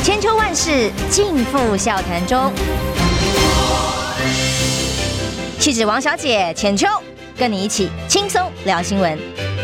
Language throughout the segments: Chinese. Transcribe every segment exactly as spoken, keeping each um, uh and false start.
千秋万世尽付笑谈中。气质王小姐浅秋，跟你一起轻松聊新闻。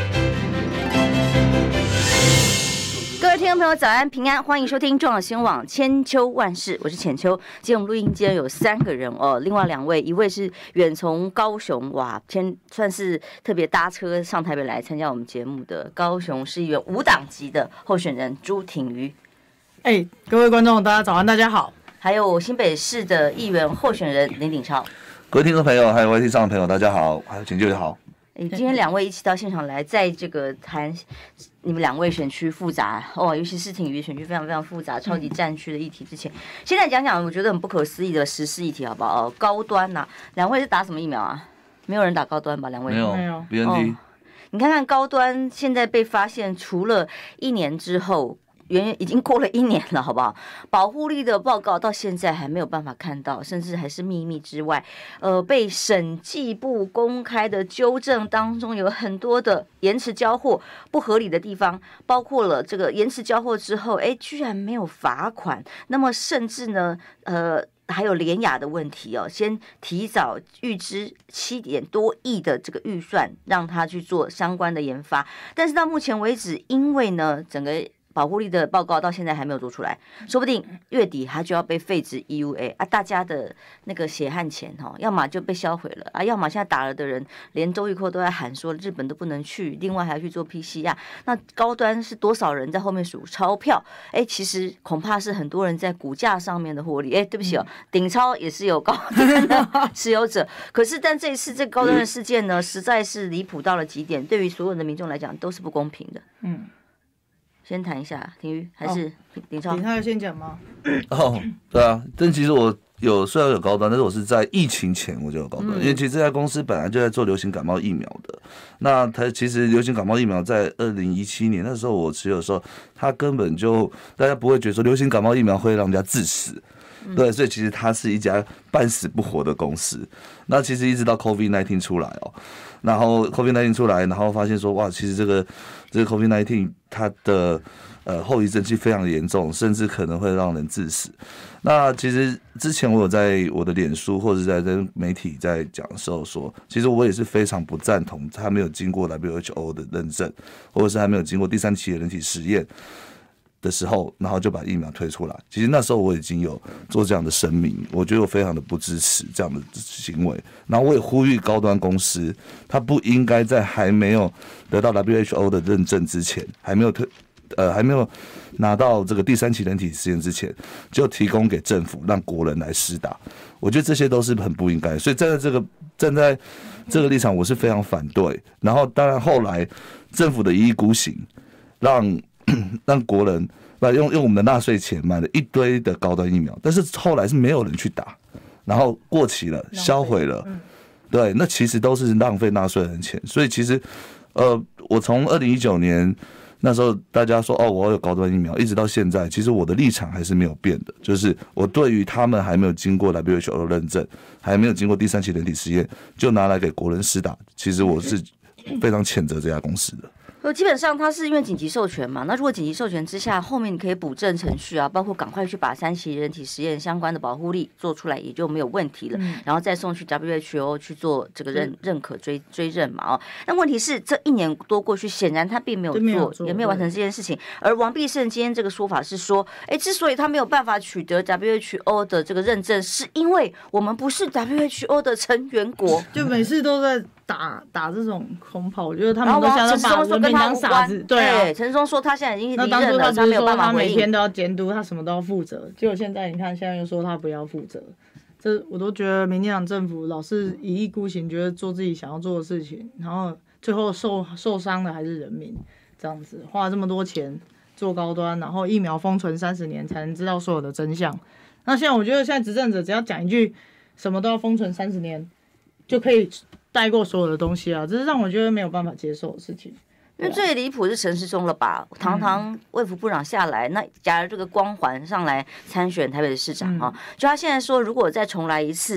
各位听众朋友，早安平安，欢迎收听中广新闻网千秋万世，我是浅秋。今天我们录音间有三个人哦，另外两位，一位是远从高雄，哇，先算是特别搭车上台北来参加我们节目的高雄市议员无党籍的候选人朱挺瑜。 哎、欸，各位观众，大家早安，大家好。 还有新北市的议员候选人林鼎超。 各位听众朋友，还有 Y T 上的朋友，大家好，还有请就好。 欸、今天两位一起到现场来，在这个谈你们两位选区复杂哦，尤其是挺瑜选区非常非常复杂、超级战区的议题之前，现在讲讲我觉得很不可思议的时事议题，好不好？哦，高端呐、啊，两位是打什么疫苗啊？没有人打高端吧？两位没有，没有 B N T、哦。 你看看高端现在被发现，除了一年之后。原已经过了一年了，好不好？保护力的报告到现在还没有办法看到，甚至还是秘密之外。呃，被审计部公开的纠正当中，有很多的延迟交货不合理的地方，包括了这个延迟交货之后，哎，居然没有罚款。那么甚至呢，呃。还有联雅的问题哦，先提早预支七点多亿的这个预算，让他去做相关的研发。但是到目前为止，因为呢，整个保护力的报告到现在还没有做出来，说不定月底它就要被废止 E U A 啊！大家的那个血汗钱哈，要么就被销毁了啊，要么现在打了的人连周玉蔻都在喊说日本都不能去，另外还要去做 P C R。那高端是多少人在后面数钞票？哎，其实恐怕是很多人在股价上面的获利。哎，对不起哦，鼎超也是有高端的持有者，可是但这一次这高端的事件呢，实在是离谱到了极点，对于所有的民众来讲都是不公平的。嗯。先谈一下挺瑜还是鼎超？ 鼎超要先讲吗？ 哦，对啊，但其实我有虽然有高端，但是我是在疫情前我就有高端，嗯、因为其实这家公司本来就在做流行感冒疫苗的。那它其实流行感冒疫苗在二零一七年那时候我持有的时候，它根本就大家不会觉得说流行感冒疫苗会让人家致死。对，所以其实它是一家半死不活的公司。那其实一直到 COVID 十九 出来哦，然后 COVID 十九 出来，然后发现说哇，其实这个这个 COVID 十九 它的呃后遗症其实非常严重，甚至可能会让人致死。那其实之前我有在我的脸书或者在跟媒体在讲的时候说，其实我也是非常不赞同它没有经过 W H O 的认证，或者是还没有经过第三期的人体实验的时候，然后就把疫苗推出来。其实那时候我已经有做这样的声明，我觉得我非常的不支持这样的行为。然后我也呼吁高端公司，它不应该在还没有得到 W H O 的认证之前，还没有推呃还没有拿到这个第三期人体实验之前，就提供给政府让国人来施打。我觉得这些都是很不应该，所以站在这个站在这个立场，我是非常反对。然后当然后来政府的一意孤行，让让国人用用我们的纳税钱买了一堆的高端疫苗，但是后来是没有人去打，然后过期了、销毁了，对，那其实都是浪费纳税人钱。所以其实，呃，我从二零一九年那时候大家说哦，我有高端疫苗，一直到现在，其实我的立场还是没有变的，就是我对于他们还没有经过 W H O 的认证，还没有经过第三期人体实验，就拿来给国人施打，其实我是非常谴责这家公司的。 基本上它是因为紧急授权嘛，那如果紧急授权之下，后面你可以补正程序啊，包括赶快去把三期人体实验相关的保护力做出来，也就没有问题了，嗯、然后再送去 W H O 去做这个认认可追追认嘛哦。那问题是这一年多过去，显然他并没有做， 没有做也没有完成这件事情。而王必胜今天这个说法是说，哎，之所以他没有办法取得 W H O 的这个认证，是因为我们不是 W H O 的成员国， 就每次都在。打打这种空炮，我觉得他们都想要把人民当傻子。对啊， 陈松说他现在已经那离任了，他没有办法回应。 他每天都要监督，他什么都要负责。结果现在你看，现在又说他不要负责，这我都觉得民进党政府老是一意孤行，觉得做自己想要做的事情，然后最后受受伤的还是人民。这样子花了这么多钱做高端，然后疫苗封存三十年才能知道所有的真相。那现在我觉得现在执政者只要讲一句什么都要封存三十年，就可以带过所有的东西啊，这是让我觉得没有办法接受的事情。 因为最离谱是陈时中了吧？堂堂卫福部长下来，那夹了这个光环上来参选台北的市长啊、嗯，就他现在说，如果再重来一次，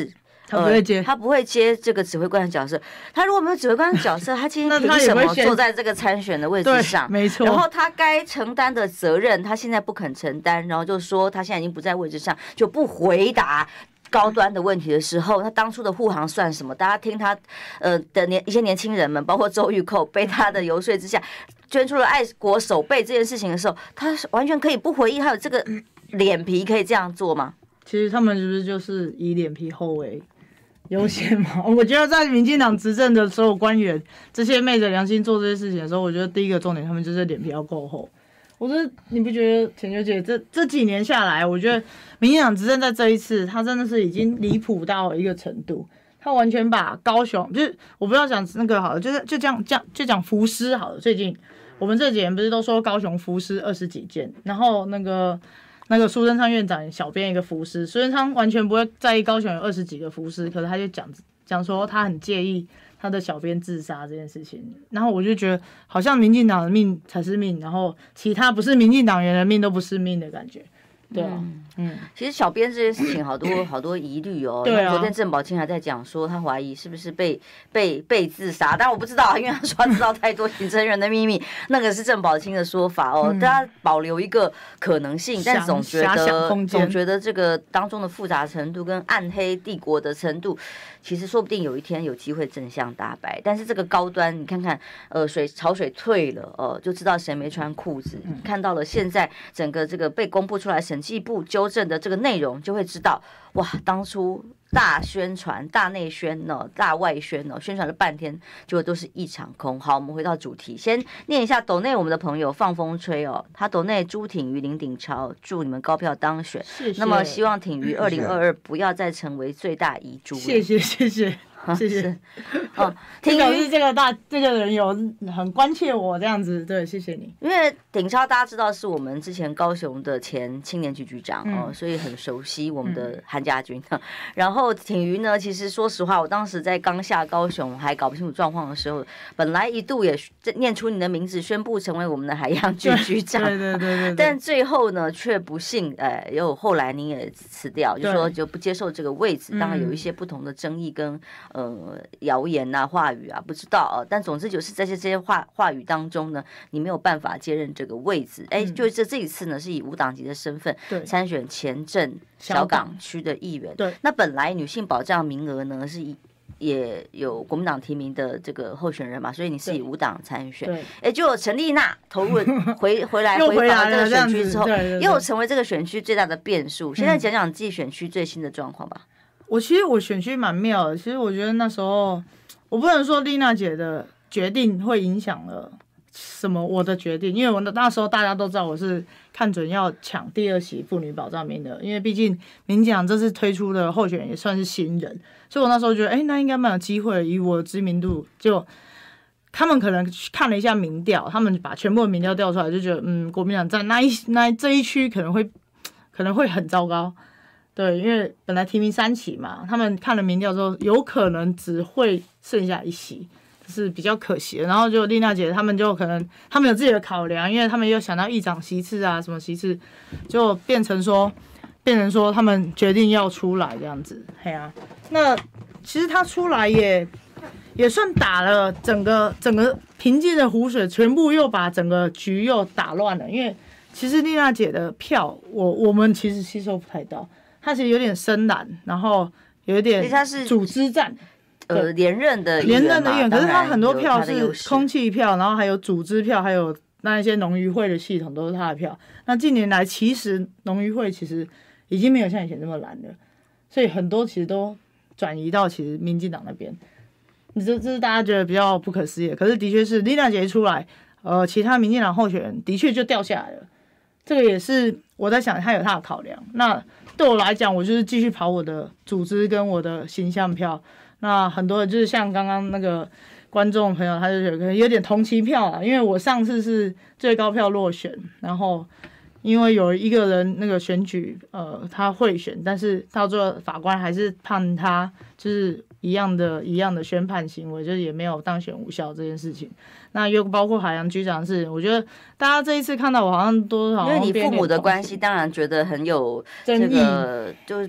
他不会接， 他不会接这个指挥官的角色。他如果没有指挥官的角色，他今天凭什么坐在这个参选的位置上？ 没错。 然后他该承担的责任，他现在不肯承担，然后就说他现在已经不在位置上，就不回答高端的问题的时候，他当初的护航算什么？大家听他呃的年一些年轻人们，包括周玉蔻，被他的游说之下捐出了爱国手背这件事情的时候，他完全可以不回应，他有这个脸皮可以这样做吗？ 其实他们是不是就是以脸皮厚为优先嘛？我觉得在民进党执政的所有官员，这些昧着良心做这些事情的时候，我觉得第一个重点，他们就是脸皮要够厚。我觉得你不觉得浅秋姐这这几年下来，我觉得民进党执政在这一次，他真的是已经离谱到一个程度，他完全把高雄，就是我不要讲那个好了，就是就这样这样就讲浮尸好了。最近我们这几年不是都说高雄浮尸二十几件，然后那个。那个苏贞昌院长小编一个浮尸，苏贞昌完全不会在意高雄有二十几个浮尸，可是他就讲讲说他很介意他的小编自杀这件事情，然后我就觉得好像民进党的命才是命，然后其他不是民进党员的命都不是命的感觉。对啊，嗯，嗯其实小编这件事情好多好多疑虑哦。 对啊。 昨天郑宝清还在讲说，他怀疑是不是被被被自杀，但我不知道，因为他说他知道太多行政人的秘密，那个是郑宝清的说法哦。嗯、大家保留一个可能性，但总觉得总觉得这个当中的复杂程度跟暗黑帝国的程度，其实说不定有一天有机会真相大白。但是这个高端，你看看，呃，水潮水退了，呃，就知道谁没穿裤子。嗯、看到了现在整个这个被公布出来审计部纠正的这个内容，就会知道哇，当初大宣传、大内宣呢、大外宣呢，宣传了半天，结果都是一场空。好，我们回到主题，先念一下斗内我们的朋友放风吹哦，他斗内朱挺瑜、林鼎超，祝你们高票当选。 谢谢。 那么希望挺瑜二零二二不要再成为最大遗珠。 谢谢谢谢。谢谢。 哦， 挺瑜这个大这个人有很关切我这样子，对，谢谢你。 因为鼎超大家知道是我们之前高雄的前青年局局长、嗯、哦，所以很熟悉我们的韩家军。嗯、然后挺瑜呢，其实说实话，我当时在刚下高雄还搞不清楚状况的时候，本来一度也念出你的名字，宣布成为我们的海洋局局长。 对对对 对, 对。 但最后呢，却不幸，呃，有后来您也辞掉，就说就不接受这个位置。当然有一些不同的争议跟。呃，谣言啊，话语啊，不知道啊，但总之就是在这些话话语当中呢，你没有办法接任这个位置。哎、嗯，就这这一次呢，是以无党籍的身份参选前镇小港区的议员。 对， 那本来女性保障名额呢是以也有国民党提名的这个候选人嘛，所以你是以无党参选。对，哎，就有陈丽娜投入回回来回访这个选区之后， 对对对又成为这个选区最大的变数。现在讲讲自己选区最新的状况吧。 我其实我选区蛮妙的，其实我觉得那时候我不能说丽娜姐的决定会影响了什么我的决定，因为我那时候大家都知道我是看准要抢第二席妇女保障名额，因为毕竟民进党这次推出的候选人也算是新人，所以我那时候觉得哎、欸，那应该蛮有机会，以我的知名度，就他们可能看了一下民调，他们把全部的民调调出来，就觉得嗯，国民党在那一那这一区可能会可能会很糟糕。对，因为本来提名三席嘛，他们看了民调之后，有可能只会剩下一席，是比较可惜的。然后就丽娜姐他们就可能他们有自己的考量，因为他们又想到议长席次啊，什么席次，就变成说变成说他们决定要出来这样子。嘿啊，那其实他出来也也算打了整个整个平静的湖水，全部又把整个局又打乱了。因为其实丽娜姐的票，我我们其实吸收不太到。他其实有点深蓝，然后有一点组织战， 呃，连任的连任的议员，可是他很多票是空气票，然后还有组织票，还有那一些农渔会的系统都是他的票。那近年来其实农渔会其实已经没有像以前这么蓝了，所以很多其实都转移到其实民进党那边。这这是大家觉得比较不可思议的，可是的确是丽娜姐出来，呃，其他民进党候选人的确就掉下来了。这个也是我在想，他有他的考量。那对我来讲，我就是继续跑我的组织跟我的形象票。那很多人就是像刚刚那个观众朋友，他就有个有点同情票啦，因为我上次是最高票落选，然后因为有一个人那个选举，呃，他贿选，但是到最后法官还是判他就是一样的一样的宣判行为，就是也没有当选无效这件事情。那又包括海洋局长的事，我觉得大家这一次看到我好像都好像因为你父母的关系，当然觉得很有这个就是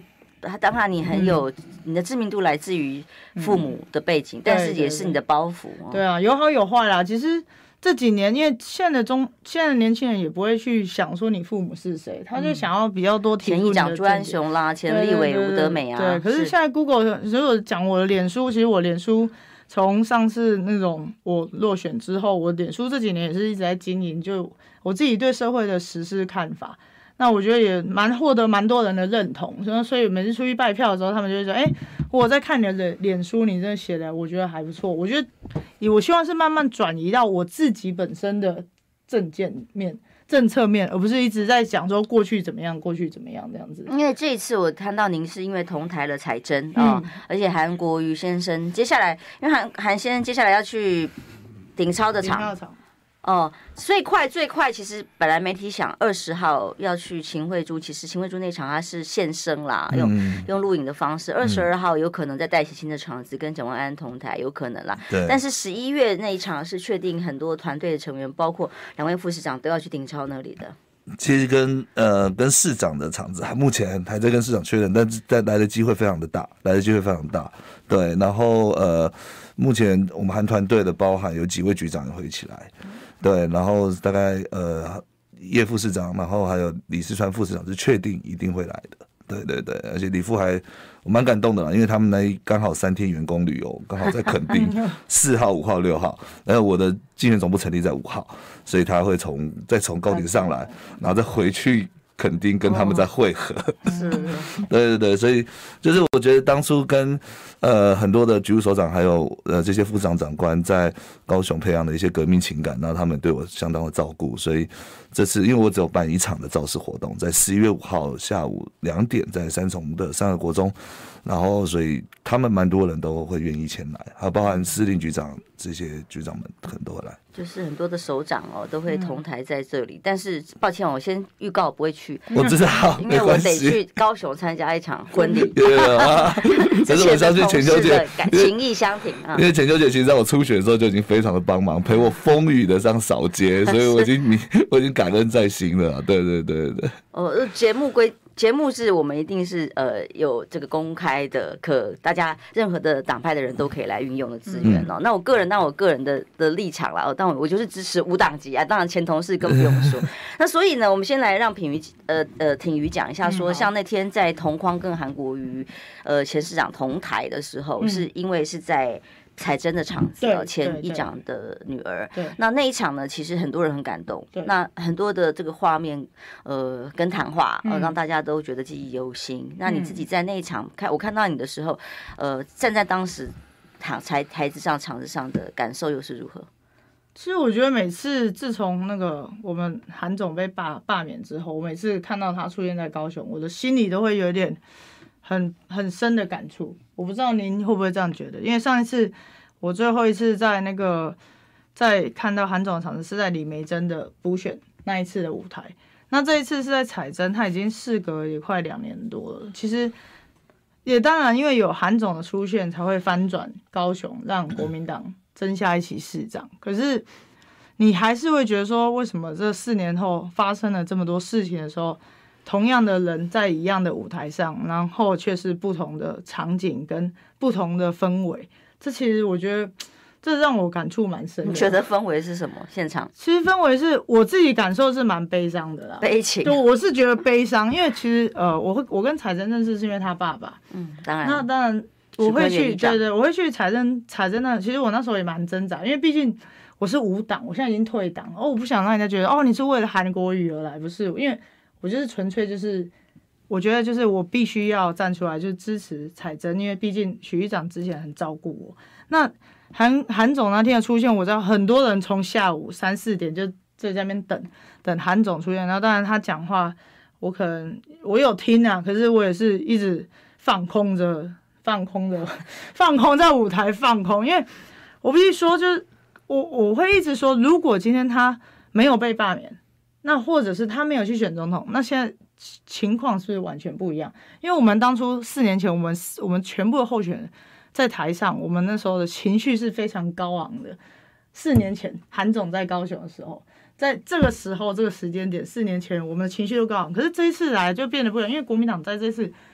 当然你很有、嗯、你的知名度来自于父母的背景，嗯、但是也是你的包袱。 对, 对, 对, 对啊，有好有坏啦。其实这几年，因为现在的中现在的年轻人也不会去想说你父母是谁，他就想要比较多提出你的前议长朱安雄啦，前立委吴德美啊。 对, 对, 对, 对，可是现在 Google 如果讲我的脸书，其实我脸书从上次那种我落选之后，我脸书这几年也是一直在经营，就我自己对社会的时事看法。那我觉得也蛮获得蛮多人的认同，所以每次出去拜票的时候，他们就会说：“哎、欸，我在看你的脸书，你真的写的，我觉得还不错。”我觉得，我希望是慢慢转移到我自己本身的政见面、政策面，而不是一直在讲说过去怎么样，过去怎么样这样子。 因为这一次我看到您是因为同台了彩珍啊、嗯哦，而且韩国瑜先生接下来，因为韩韩先生接下来要去顶超的场。哦，最快最快，其实本来媒体想二十号要去秦慧珠，其实秦慧珠那场他是现身啦，用、嗯、用录影的方式。二十二号有可能在戴喜庆的场子跟蒋万安同台，有可能啦。 对。 但是十一月那一场是确定很多团队的成员，包括两位副市长都要去顶超那里的。 其实跟呃跟市长的场子，目前还在跟市长确认，但是但来的机会非常的大，来的机会非常大。对，然后呃，目前我们韩团队的包含有几位局长也会一起来。对，然后大概呃叶副市长，然后还有李世川副市长是确定一定会来的。对对对，而且李副还我蛮感动的啦，因为他们那刚好三天员工旅游，刚好在垦丁四号、五号、六号，然后我的竞选总部成立在五号，所以他会从再从高铁上来，然后再回去垦丁跟他们再会合。 是， 对对对，所以就是我觉得当初跟呃很多的局务首长还有呃这些副长长官在高雄培养的一些革命情感，然后他们对我相当的照顾，所以这次因为我只有办一场的造势活动，在十一月五号下午两点在三重的三和国中，然后所以他们蛮多人都会愿意前来，还包含司令局长这些局长们可能都会来。 就是很多的首长哦都会同台在这里，嗯、但是抱歉，我先预告我不会去。 我知道， 因为我得去高雄参加一场婚礼。 可是我相信浅秋姐情意相挺啊， 因为浅秋姐其实在我初选的时候就已经非常的帮忙，陪我风雨的上扫街，所以我已经我已经感恩在心了。对对对对。 哦，节目规。节目是我们一定是呃有这个公开的，可大家任何的党派的人都可以来运用的资源哦。嗯、那我个人当然我个人的的立场啦，当然我就是支持无党籍啊，当然前同事更不用说。那所以呢，我们先来让品瑜呃呃挺瑜讲一下说，像那天在同框跟韩国瑜呃前市长同台的时候，嗯、是因为是在彩珍的场子，前议长的女儿。那那一场呢，其实很多人很感动。那很多的这个画面，呃，跟谈话，呃，让大家都觉得记忆犹新。嗯、那你自己在那一场看，我看到你的时候，呃，站在当时台台台子上、场子上的感受又是如何？ 其实我觉得每次自从那个我们韩总被罢罢免之后，我每次看到他出现在高雄，我的心里都会有点很很深的感触。我不知道您会不会这样觉得？因为上一次我最后一次在那个在看到韩总的场子是在李眉蓁的补选那一次的舞台，那这一次是在彩珍，他已经事隔也快两年多了。其实也当然因为有韩总的出现，才会翻转高雄，让国民党争下一期市长。可是你还是会觉得说，为什么这四年后发生了这么多事情的时候，同样的人在一样的舞台上，然后却是不同的场景跟不同的氛围。这其实我觉得，这让我感触蛮深的。 你觉得氛围是什么？现场其实氛围是我自己感受是蛮悲伤的啦， 悲情。 对，我是觉得悲伤，因为其实呃，我会我跟彩珍认识是因为他爸爸。 嗯，当然。 那当然我会去，对对，我会去彩珍彩珍那。其实我那时候也蛮挣扎，因为毕竟我是无党，我现在已经退党，哦，我不想让人家觉得哦，你是为了韩国瑜而来，不是，因为我就是纯粹就是。我觉得就是我必须要站出来，就是支持彩珍，因为毕竟许议长之前很照顾我。那韩韩总那天的出现，我知道很多人从下午三四点就在那边等等韩总出现。然后当然他讲话，我可能我有听啊，可是我也是一直放空着，放空着，放空在舞台放空，因为我必须说，就是我我会一直说，如果今天他没有被罢免，那或者是他没有去选总统，那现在。情况是不是完全不一样？因为我们当初四年前，我们我们全部的候选人在台上，我们那时候的情绪是非常高昂的。四年前韩总在高雄的时候，在这个时候这个时间点，四年前我们的情绪都高昂。可是这一次来就变得不一样，因为国民党在这次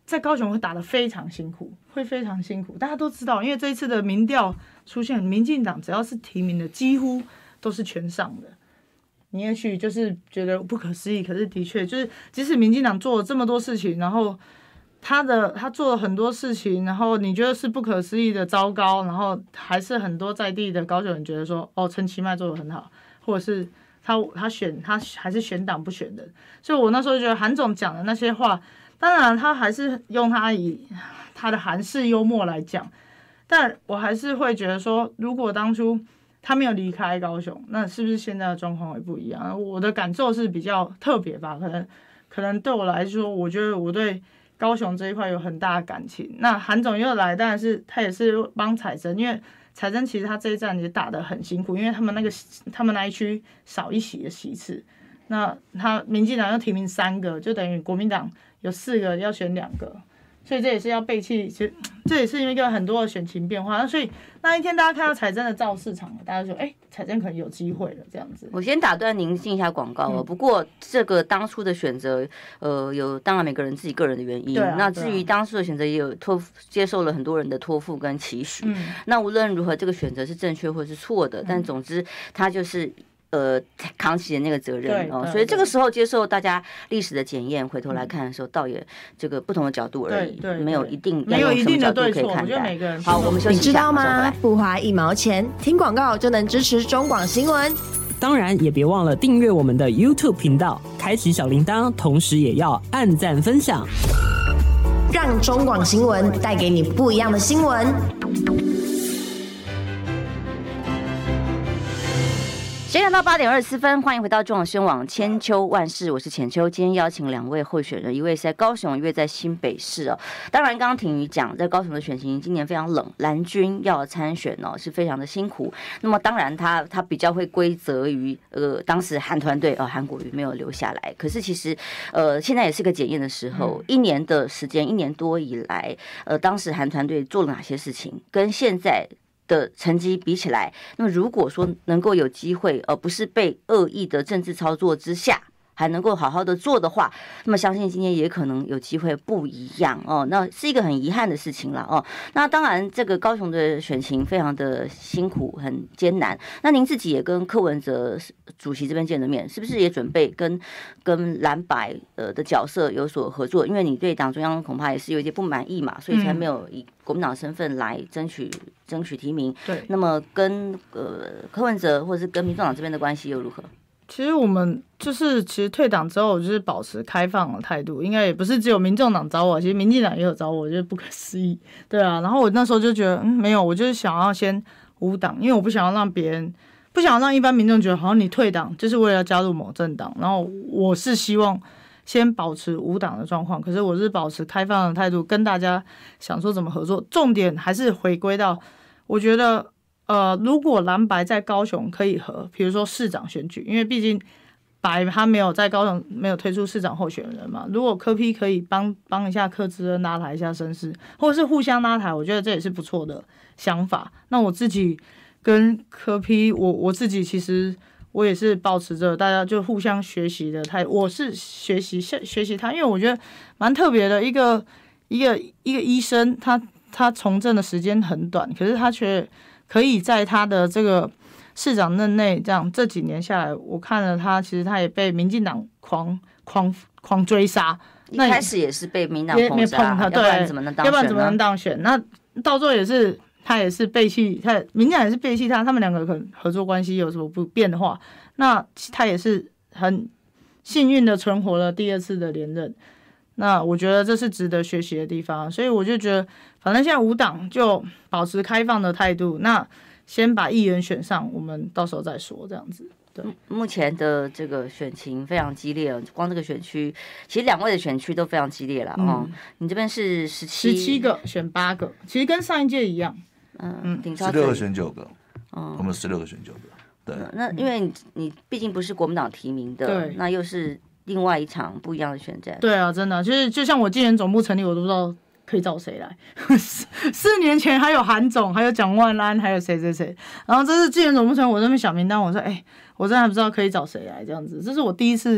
在高雄会打得非常辛苦，会非常辛苦。大家都知道，因为这一次的民调出现，民进党只要是提名的，几乎都是全上的。你也许就是觉得不可思议，可是的确就是，即使民进党做了这么多事情，然后他的他做了很多事情，然后你觉得是不可思议的糟糕，然后还是很多在地的高雄人觉得说，哦，陈其迈做得很好，或者是他他选他还是选党不选人。所以我那时候觉得韩总讲的那些话，当然他还是用他以他的韩式幽默来讲，但我还是会觉得说，如果当初他没有离开高雄，那是不是现在的状况会不一样？我的感受是比较特别吧，可能可能对我来说，我觉得我对高雄这一块有很大的感情。那韩总又来，当然是他也是帮彩珍，因为彩珍其实他这一站也打得很辛苦，因为他们那个他们那一区少一席的席次，那他民进党要提名三个，就等于国民党有四个要选两个。所以这也是要背弃，其实这也是一个很多的选情变化。那所以那一天大家看到彩珍的造市场，大家就说，哎、欸，彩珍可能有机会了这样子。 我先打断您进一下广告哦。嗯、不过这个当初的选择，呃，有当然每个人自己个人的原因。 啊、 那至于当初的选择，也有托接受了很多人的托付跟期许。嗯、那无论如何，这个选择是正确或是错的，嗯、但总之他就是。呃，扛起的那个责任哦，所以这个时候接受大家历史的检验，回头来看的时候，倒也这个不同的角度而已，没有一定没有一定的对错， 我觉得每个人好，我们休息一下， 你知道吗？不花一毛钱，听广告就能支持中广新闻。 当然也别忘了订阅我们的 YouTube 频道，开启小铃铛，同时也要按赞分享， 让中广新闻带给你不一样的新闻。 时间到八点二十四分，欢迎回到中广宣网千秋万世，我是浅秋。今天邀请两位候选人，一位是在高雄，一位在新北市哦。当然，刚刚挺瑜讲，在高雄的选情今年非常冷，蓝军要参选哦，是非常的辛苦。那么当然他，他他比较会归责于呃当时韩团队哦，韩国瑜没有留下来。可是其实呃现在也是个检验的时候，嗯、一年的时间，一年多以来，呃当时韩团队做了哪些事情，跟现在的成绩比起来，那么如果说能够有机会，而不是被恶意的政治操作之下，还能够好好的做的话，那么相信今天也可能有机会不一样哦。那是一个很遗憾的事情了哦。那当然，这个高雄的选情非常的辛苦，很艰难。那您自己也跟柯文哲主席这边见了面，是不是也准备跟跟蓝白呃的角色有所合作？因为你对党中央恐怕也是有一些不满意嘛，所以才没有以国民党身份来争取争取提名。 对。 那么跟呃柯文哲或者是跟民众党这边的关系又如何？ 其实我们就是其实退党之后，就是保持开放的态度，应该也不是只有民众党找我，其实民进党也有找我，我觉得不可思议，对啊。然后我那时候就觉得，嗯，没有，我就是想要先无党，因为我不想要让别人，不想要让一般民众觉得好像你退党就是为了加入某政党，然后我是希望先保持无党的状况，可是我是保持开放的态度，跟大家想说怎么合作，重点还是回归到，我觉得。呃，如果蓝白在高雄可以合，比如说市长选举，因为毕竟白他没有在高雄没有推出市长候选人嘛。如果柯 P 可以帮帮一下柯志恩拉抬一下声势，或者是互相拉抬，我觉得这也是不错的想法。那我自己跟柯 P， 我我自己其实我也是保持着大家就互相学习的态度，我是学习学习他，因为我觉得蛮特别的一个一个一个医生，他他从政的时间很短，可是他却可以在他的这个市长任内，这样这几年下来，我看了他，其实他也被民进党狂狂狂追杀。 一开始也是被民党封杀， 要不然怎么能当选呢？ 要不然怎么能当选？那到最后也是他也是背弃他，民进党也是背弃他，他们两个可能合作关系有什么不变的话，那他也是很幸运的存活了第二次的连任。那我觉得这是值得学习的地方，所以我就觉得，反正现在无党就保持开放的态度，那先把议员选上，我们到时候再说，这样子。对， 目前的这个选情非常激烈，光这个选区，其实两位的选区都非常激烈了哦、嗯。你这边是十七， 十七个选八个，其实跟上一届一样。 嗯， 十六个选九个，嗯，我们十六个选九个。对， 嗯、那因为你你毕竟不是国民党提名的， 对， 那又是另外一场不一样的选战。 对啊，真的，就是就像我今年总部成立，我都不知道可以找谁来。四年前还有韩总，还有蒋万安，还有谁谁谁。然后这是今年总部成立，我这边小名单，我说哎、欸，我真的不知道可以找谁来这样子。这是我第一次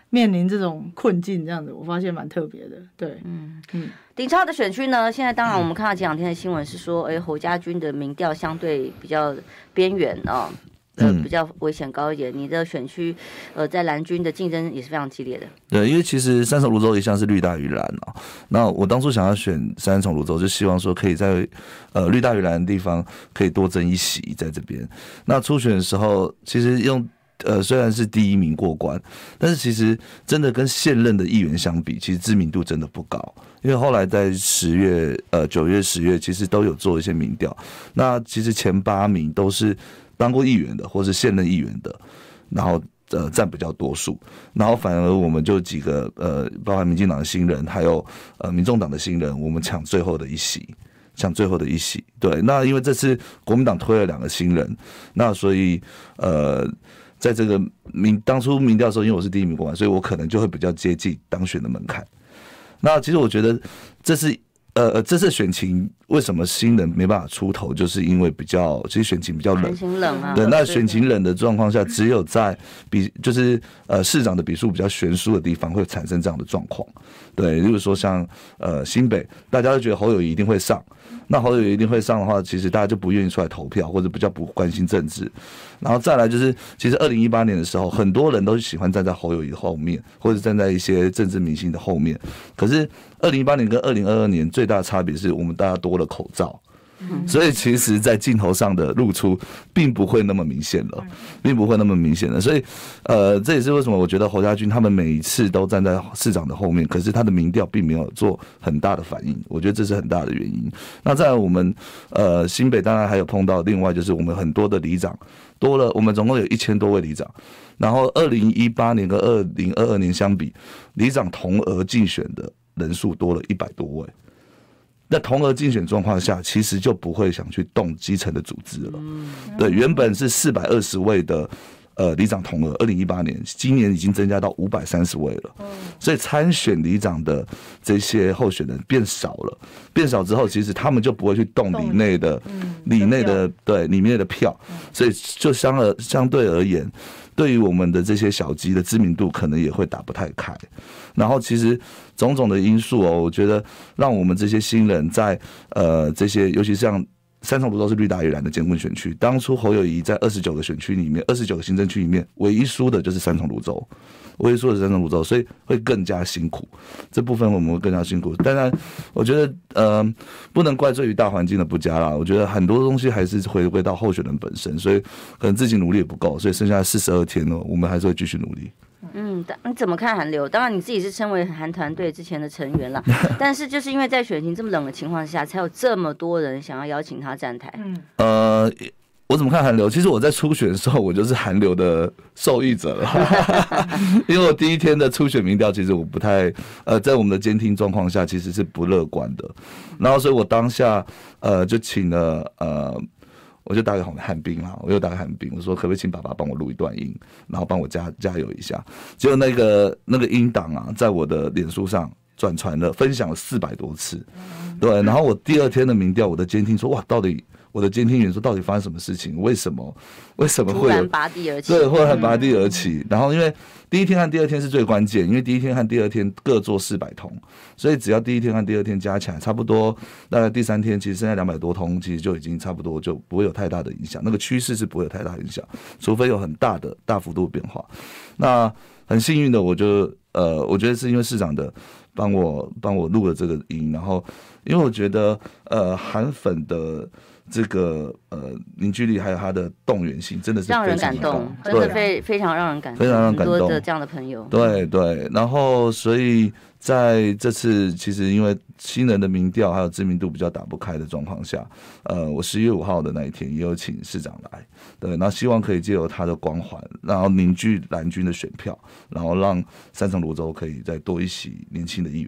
面临这种困境，这样子，我发现蛮特别的。对，嗯嗯。 顶超的选区呢，现在当然我们看到前两天的新闻是说，哎，侯家军的民调相对比较边缘啊。呃，比较危险高一点。你的选区，呃，在蓝军的竞争也是非常激烈的。 对，因为其实三重泸州一向是绿大于蓝啊。那我当初想要选三重泸州，就希望说可以在呃绿大于蓝的地方可以多争一席在这边。那初选的时候，其实用呃虽然是第一名过关，但是其实真的跟现任的议员相比，其实知名度真的不高。因为后来在十月、呃九月、十月，其实都有做一些民调。那其实前八名都是当过议员的，或是现任议员的，然后呃占比较多数，然后反而我们就几个呃，包含民进党的新人，还有呃民众党的新人，我们抢最后的一席，抢最后的一席。对，那因为这次国民党推了两个新人，那所以呃，在这个民当初民调的时候，因为我是第一名过关，所以我可能就会比较接近当选的门槛。那其实我觉得这是。呃，这次选情为什么新人没办法出头，就是因为比较，其实选情比较冷， 选情冷啊。 对，那选情冷的状况下，只有在比就是呃市长的比数比较悬殊的地方会产生这样的状况。对，例如说像呃新北，大家都觉得侯友宜一定会上，那侯友宜一定会上的话，其实大家就不愿意出来投票，或者比较不关心政治。然后再来就是，其实二零一八年的时候，很多人都是喜欢站在侯友宜后面，或者站在一些政治明星的后面。可是二零一八年跟二零二二年最大的差别是我们大家多了口罩。所以其实在镜头上的露出并不会那么明显了，并不会那么明显了。所以呃，这也是为什么我觉得侯家军他们每一次都站在市长的后面，可是他的民调并没有做很大的反应，我觉得这是很大的原因。那在我们呃新北当然还有碰到另外就是我们很多的里长多了，我们总共有一千多位里长，然后二零一八年跟二零二二年相比，里长同额竞选的人数多了一百多位。在同额竞选状况下，其实就不会想去动基层的组织了。对，原本是四百二十位的呃里长同额，二零一八年，今年已经增加到五百三十位了。所以参选里长的这些候选人变少了，变少之后，其实他们就不会去动里内的里内的对里面的票，所以就相而相对而言。对于我们的这些小鸡的知名度，可能也会打不太开。然后其实种种的因素哦，我觉得让我们这些新人在呃这些，尤其像三重泸州是绿大于蓝的艰困选区，当初侯友宜在二十九个选区里面，二十九个行政区里面，唯一输的就是三重泸州。我也说的是三重泸州，所以会更加辛苦。这部分我们会更加辛苦。当然，我觉得呃，不能怪罪于大环境的不佳啦。我觉得很多东西还是回归到候选人本身，所以可能自己努力也不够，所以剩下四十二天呢，我们还是会继续努力。 嗯，你怎么看韩流？当然你自己是身为韩团队之前的成员了，但是就是因为在选情这么冷的情况下，才有这么多人想要邀请他站台。嗯，呃。 我怎么看韩流？其实我在初选的时候，我就是韩流的受益者了，因为我第一天的初选民调，其实我不太呃，在我们的监听状况下，其实是不乐观的。然后，所以我当下呃就请了呃，我就打给韩冰啦，我又打给韩冰，我说可不可以请爸爸帮我录一段音，然后帮我加加油一下。结果那个那个音档啊，在我的脸书上转传了，分享了四百多次，对。然后我第二天的民调，我的监听说哇，到底。我的监听员说：“到底发生什么事情？为什么？为什么会有？” 突然拔地而起， 对，忽然拔地而起。然后因为第一天和第二天是最关键，因为第一天和第二天各做四百通，所以只要第一天和第二天加起来，差不多大概第三天其实剩下两百多通，其实就已经差不多就不会有太大的影响。那个趋势是不会有太大影响，除非有很大的大幅度的变化。那很幸运的，我就呃，我觉得是因为市长的帮我帮我录了这个音，然后因为我觉得呃韩粉的。这个呃凝聚力还有它的动员性，真的是让人感动，真的非非常让人感动， 非常让人感动。 很多的这样的朋友， 对对。然后所以在这次其实因为新人的民调还有知名度比较打不开的状况下，呃，我十月五号的那一天也有请市长来，对，然后希望可以借由他的光环，然后凝聚蓝军的选票，然后让三重泸州可以再多一席年轻的议员。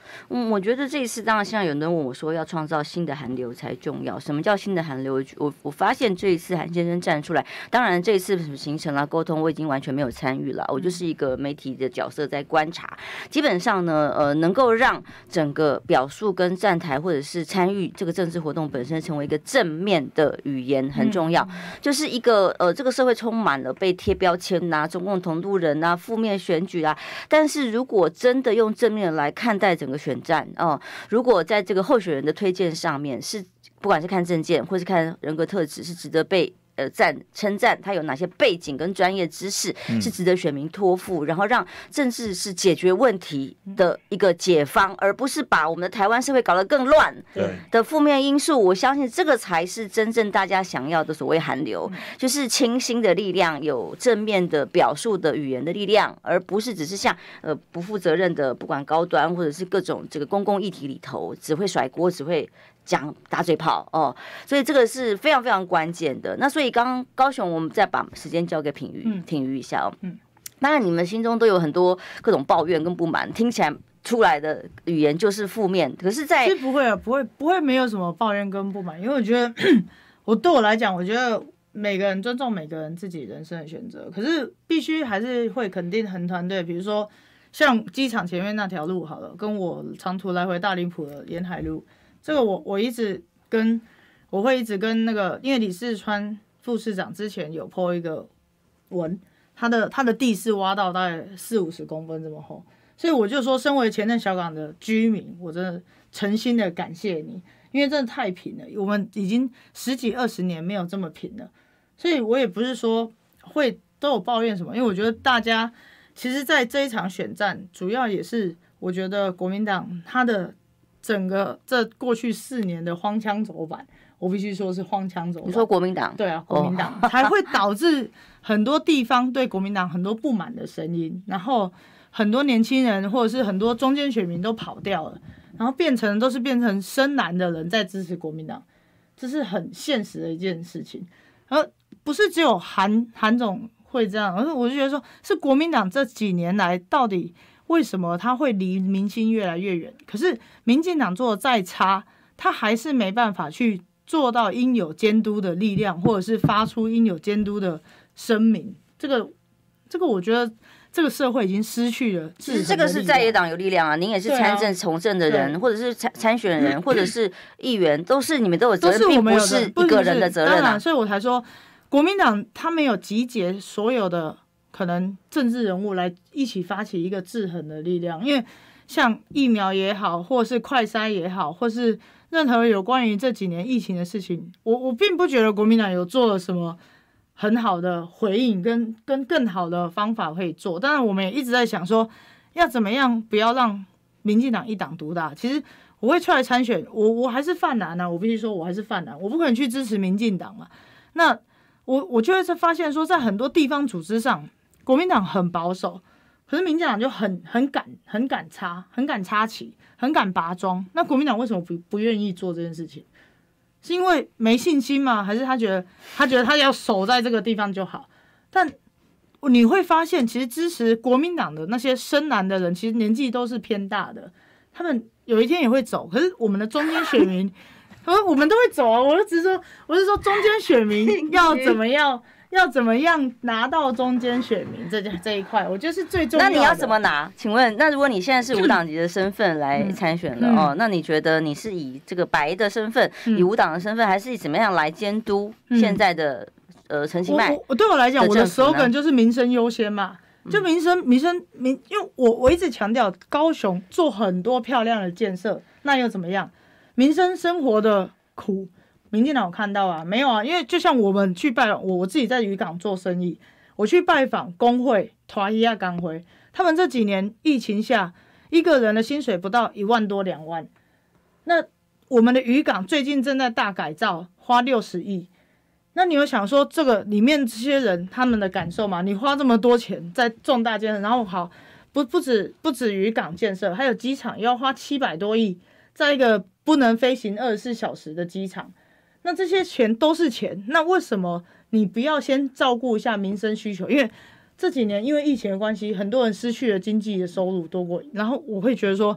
嗯，我觉得这一次当然现在有人问我说要创造新的韩流才重要，什么叫新的韩流？我我发现这一次韩先生站出来，当然这一次行程啦沟通我已经完全没有参与了，我就是一个媒体的角色在观察。基本上呢，呃，能够让整个表述跟站台或者是参与这个政治活动本身成为一个正面的语言很重要，嗯、就是一个呃这个社会充满了被贴标签呐、啊、中共同路人啊、负面选举啊，但是如果真的用正面来看待整个选战哦、呃，如果在这个候选人的推荐上面是不管是看政见或是看人格特质是值得被呃赞称赞，他有哪些背景跟专业知识是值得选民托付，嗯、然后让政治是解决问题的一个解方，而不是把我们的台湾社会搞得更乱的负面因素。我相信这个才是真正大家想要的所谓韩流，嗯、就是清新的力量，有正面的表述的语言的力量，而不是只是像呃不负责任的，不管高端或者是各种这个公共议题里头只会甩锅，只会讲打嘴炮哦，所以这个是非常非常关键的。那所以刚刚高雄，我们再把时间交给品瑜，嗯、品瑜一下哦。嗯，当然你们心中都有很多各种抱怨跟不满，听起来出来的语言就是负面。可是在，在不会啊，不会不会没有什么抱怨跟不满，因为我觉得我对我来讲，我觉得每个人尊重每个人自己人生的选择，可是必须还是会肯定很团队，比如说像机场前面那条路好了，跟我长途来回大林埔的沿海路。这个我我一直跟我会一直跟那个，因为李世川副市长之前有 po 一个文，他的他的地是挖到大概四五十公分这么厚，所以我就说，身为前镇小港的居民，我真的诚心的感谢你，因为真的太平了，我们已经十几二十年没有这么平了，所以我也不是说会都有抱怨什么，因为我觉得大家其实在这一场选战，主要也是我觉得国民党他的。整个这过去四年的荒腔走板，我必须说是荒腔走板。 你说国民党？ 对啊，国民党、oh. 才会导致很多地方对国民党很多不满的声音，然后很多年轻人或者是很多中间选民都跑掉了，然后变成都是变成深蓝的人在支持国民党，这是很现实的一件事情。然后不是只有韩韩总会这样，而是我就觉得说，是国民党这几年来到底。为什么他会离民心越来越远？可是民进党做的再差，他还是没办法去做到应有监督的力量，或者是发出应有监督的声明。这个，这个我觉得这个社会已经失去了。 其实这个是在野党有力量啊，您也是参政从政的人，啊、或者是参参选人，或者是议员，都是你们都有责任，并不是一个人的责任啊。 所以我才说，国民党他没有集结所有的。可能政治人物来一起发起一个制衡的力量，因为像疫苗也好，或是快筛也好，或是任何有关于这几年疫情的事情，我我并不觉得国民党有做了什么很好的回应跟跟更好的方法可以做。当然，我们也一直在想说，要怎么样不要让民进党一党独大。其实我会出来参选，我我还是泛蓝啊，我必须说我还是泛蓝，我不可能去支持民进党嘛。那我我就会发现说，在很多地方组织上。国民党很保守，可是民进党就很很敢、很敢插、很敢插旗、很敢拔桩。那国民党为什么不不愿意做这件事情？是因为没信心吗？还是他觉得他觉得他要守在这个地方就好？但你会发现，其实支持国民党的那些深蓝的人，其实年纪都是偏大的，他们有一天也会走。可是我们的中间选民，我们都会走啊！我就只是说，我是说中间选民要怎么样？要怎么样拿到中间选民这这一块，我觉得是最重要的。 那你要怎么拿？请问，那如果你现在是无党籍的身份来参选了、嗯、哦，那你觉得你是以这个白的身份，嗯、以无党的身份，还是以怎么样来监督现在的、嗯、呃陈其迈？ 我对我来讲，我的 slogan 就是民生优先嘛，就民生民生民，因为我我一直强调高雄做很多漂亮的建设，那又怎么样？民生生活的苦。民进党有看到啊？没有啊，因为就像我们去拜访我，我自己在渔港做生意，我去拜访工会、团一亚钢会，他们这几年疫情下，一个人的薪水不到一万多两万。那我们的渔港最近正在大改造，花六十亿。那你有想说这个里面这些人他们的感受吗？你花这么多钱在重大建设，然后好不不止不止渔港建设，还有机场要花七百多亿，在一个不能飞行二十四小时的机场。那这些钱都是钱，那为什么你不要先照顾一下民生需求？因为这几年因为疫情的关系，很多人失去了经济的收入多过，然后我会觉得说，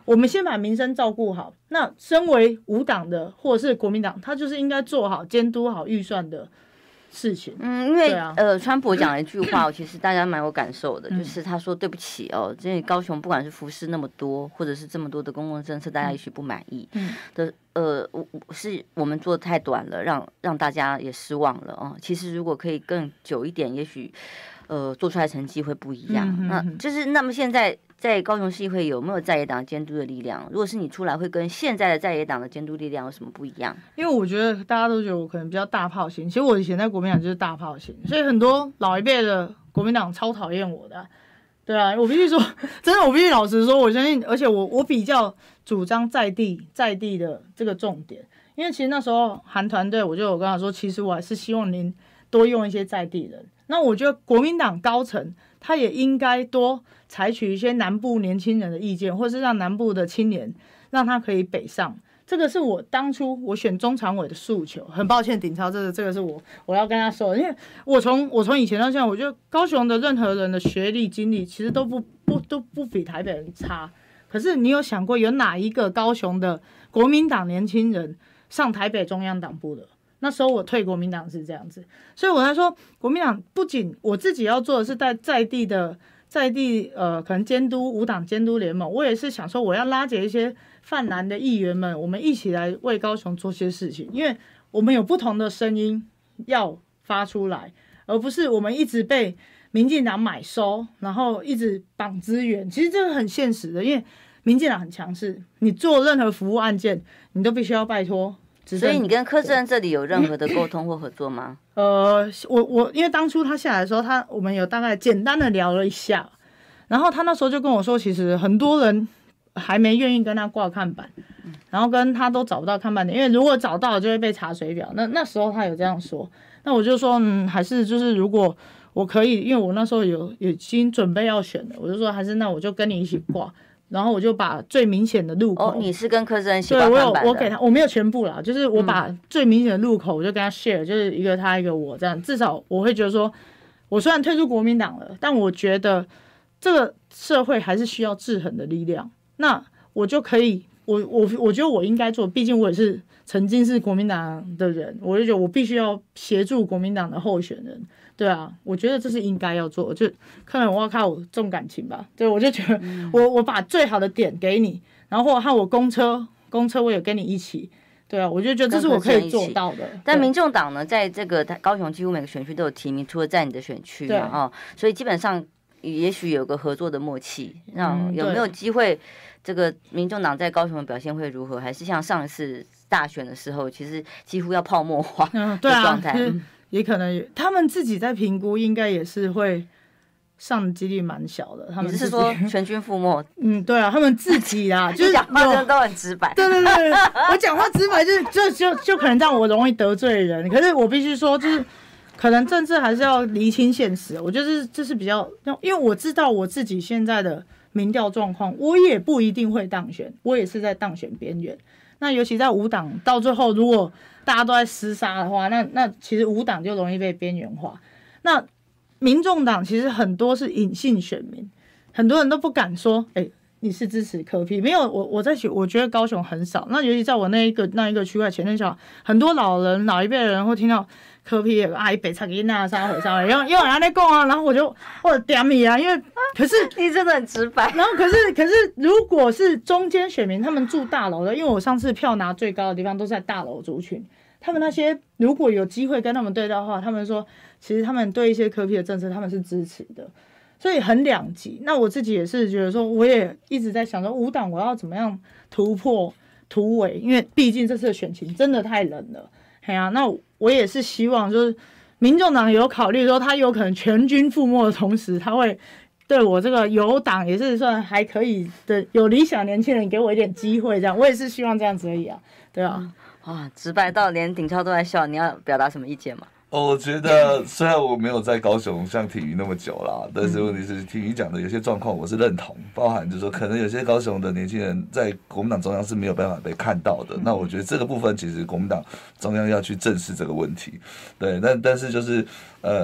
我们先把民生照顾好。那身为无党的或者是国民党，他就是应该做好监督好预算的事情。 嗯，因为、 啊、 呃，川普讲了一句话，其实大家蛮有感受的，就是他说对不起哦，因为高雄不管是服饰那么多，或者是这么多的公共政策，大家也许不满意的，呃，是我们做的太短了，让让大家也失望了哦。其实如果可以更久一点，也许呃做出来成绩会不一样。 嗯、 那就是那么现在。在高雄市议会有没有在野党监督的力量？如果是你出来，会跟现在的在野党的监督力量有什么不一样？ 因为我觉得大家都觉得我可能比较大炮型，其实我以前在国民党就是大炮型，所以很多老一辈的国民党超讨厌我的、啊。对啊，我必须说，真的，我必须老实说，我相信，而且我我比较主张在地在地的这个重点，因为其实那时候韩团队，我就有跟他说，其实我还是希望您多用一些在地人。那我觉得国民党高层他也应该多采取一些南部年轻人的意见，或是让南部的青年让他可以北上。这个是我当初我选中常委的诉求。很抱歉，鼎超，这个这个是我我要跟他说的，因为我从我从以前到现在，我觉得高雄的任何人的学历经历其实都不不都不比台北人差。可是你有想过，有哪一个高雄的国民党年轻人上台北中央党部的？那时候我退国民党是这样子，所以我才说国民党不仅我自己要做的是在在地的在地呃可能监督无党监督联盟，我也是想说我要拉结一些泛蓝的议员们，我们一起来为高雄做些事情，因为我们有不同的声音要发出来，而不是我们一直被民进党买收，然后一直绑资源。其实这个很现实的，因为民进党很强势，你做任何服务案件，你都必须要拜托。 所以你跟柯志恩这里有任何的沟通或合作吗？ 呃，我我因为当初他下来的时候，他我们有大概简单的聊了一下，然后他那时候就跟我说，其实很多人还没愿意跟他挂看板，然后跟他都找不到看板点，因为如果找到了就会被查水表。那那时候他有这样说，那我就说，嗯，还是就是如果我可以，因为我那时候有已经准备要选了，我就说还是那我就跟你一起挂。然后我就把最明显的路口， 哦，你是跟柯志恩一起挂看板的？ 对，我有我给他，我没有全部啦，就是我把最明显的路口，我就跟他 share，、嗯、就是一个他一个我这样，至少我会觉得说，我虽然退出国民党了，但我觉得这个社会还是需要制衡的力量，那我就可以，我我我觉得我应该做，毕竟我也是曾经是国民党的人，我就觉得我必须要协助国民党的候选人。对啊，我觉得这是应该要做，就可能我要靠我重感情吧。对，我就觉得我、嗯、我把最好的点给你，然后或者和我公车，公车我也跟你一起。对啊，我就觉得这是我可以做到的。 但民众党呢，在这个高雄几乎每个选区都有提名，除了在你的选区嘛，哦，所以基本上也许有个合作的默契。那有没有机会，这个民众党在高雄的表现会如何？还是像上一次大选的时候，其实几乎要泡沫化的状态？ 嗯也可能他们自己在评估，应该也是会上的几率蛮小的。他们你是说全军覆没？ 嗯，对啊，他们自己啊，就是讲话真的都很直白。 对对对，我讲话直白，就是就就就可能让我容易得罪人。可是我必须说，就是可能政治还是要厘清现实。我觉得这是这是比较，因为我知道我自己现在的民调状况，我也不一定会当选，我也是在当选边缘。那尤其在无党到最后，如果大家都在厮杀的话，那那其实无党就容易被边缘化。那民众党其实很多是隐性选民，很多人都不敢说，哎、欸，你是支持柯 P。没有，我我在学，我觉得高雄很少。那尤其在我那一个那一个区块前面小，很多老人老一辈的人会听到柯 P 阿姨北差给那杀回杀回，因为因为人家在讲啊，然后我就我点你啊，因为可是你真的很直白。 然后可是可是如果是中间选民，他们住大楼的，因为我上次票拿最高的地方都是在大楼族群，他们那些如果有机会跟他们对到的话，他们说其实他们对一些柯 P 的政策他们是支持的，所以很两极。那我自己也是觉得说，我也一直在想说，无党我要怎么样突破突围，因为毕竟这次的选情真的太冷了。哎呀、啊，那我也是希望就是民众党有考虑说，他有可能全军覆没的同时，他会对我这个有党也是算还可以的有理想年轻人给我一点机会，这样我也是希望这样子而已啊，对啊。 嗯哇，直白到连鼎超都在笑，你要表达什么意见吗？ 哦，我觉得虽然我没有在高雄像体育那么久啦，但是问题是体育讲的有些状况我是认同，包含就是说可能有些高雄的年轻人在国民党中央是没有办法被看到的。那我觉得这个部分其实国民党中央要去正视这个问题，对。但但是就是呃，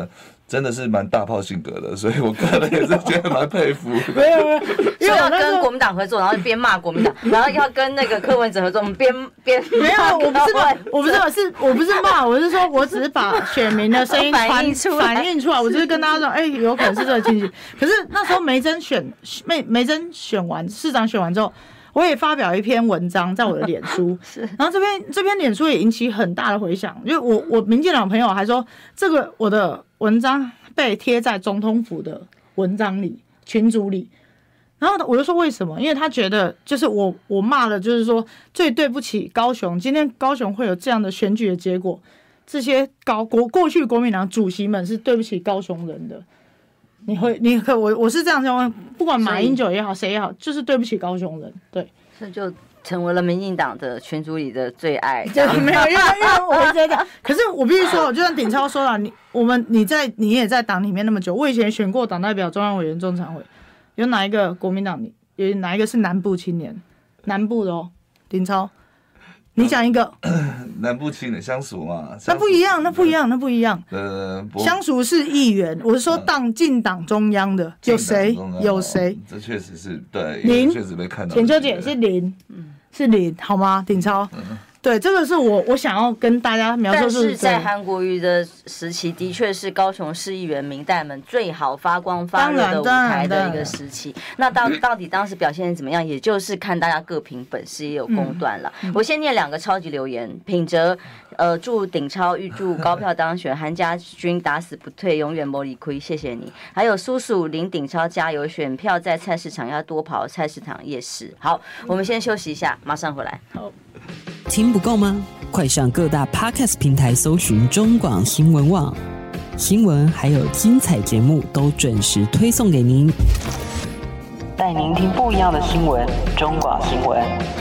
真的是蛮大炮性格的，所以我个人也是觉得蛮佩服。 没有没有，因为要跟国民党合作，然后边骂国民党，然后要跟那个柯文哲合作，我们边边没有，我不是骂，我不是是，我不是骂，我是说我只是把选民的声音反映出来， 反映出来，我就是跟大家说，哎、欸，有可能是这个情形。可是那时候梅珍选梅梅珍选完市长选完之后。我也发表一篇文章在我的脸书，然后这篇这篇脸书也引起很大的回响，因为我我民进党朋友还说这个我的文章被贴在总统府的文章里群组里，然后我就说为什么？因为他觉得就是我我骂了，就是说最对不起高雄，今天高雄会有这样的选举的结果，这些高国过去国民党主席们是对不起高雄人的。你会，你可我我是这样讲，不管马英九也好，谁也好，就是对不起高雄人，对， 这就成为了民进党的群组里的最爱。 对，没有，因为因为我觉得，可是我必须说，就像鼎超说了，你我们你在你也在党里面那么久，我以前选过党代表、中央委员、中常委，有哪一个国民党，有哪一个是南部青年？南部的哦，鼎超。你讲一个， 南部青年相熟嘛？ 那不一样，那不一样，那不一样。 呃， 相熟是议员，我是说党进党中央的，有谁？有谁？ 这确实是对， 林确实被看到。 浅秋姐是林，是林，好吗？鼎超。对，这个是我我想要跟大家描述。 但是在韩国瑜的时期，的确是高雄市议员民代们最好发光发热的舞台的一个时期。那到到底当时表现怎么样，也就是看大家各凭本事，也有公断了。嗯、我先念两个超级留言，品哲。呃，祝鼎超预祝高票当选，韩家军打死不退，永远没理亏，谢谢你。还有叔叔林鼎超加油，选票在菜市场要多跑，菜市场夜市。好，我们先休息一下，马上回来。 好， 听不够吗？快上各大 Podcast 平台搜寻中广新闻网，新闻还有精彩节目都准时推送给您，带您听不一样的新闻，中广新闻。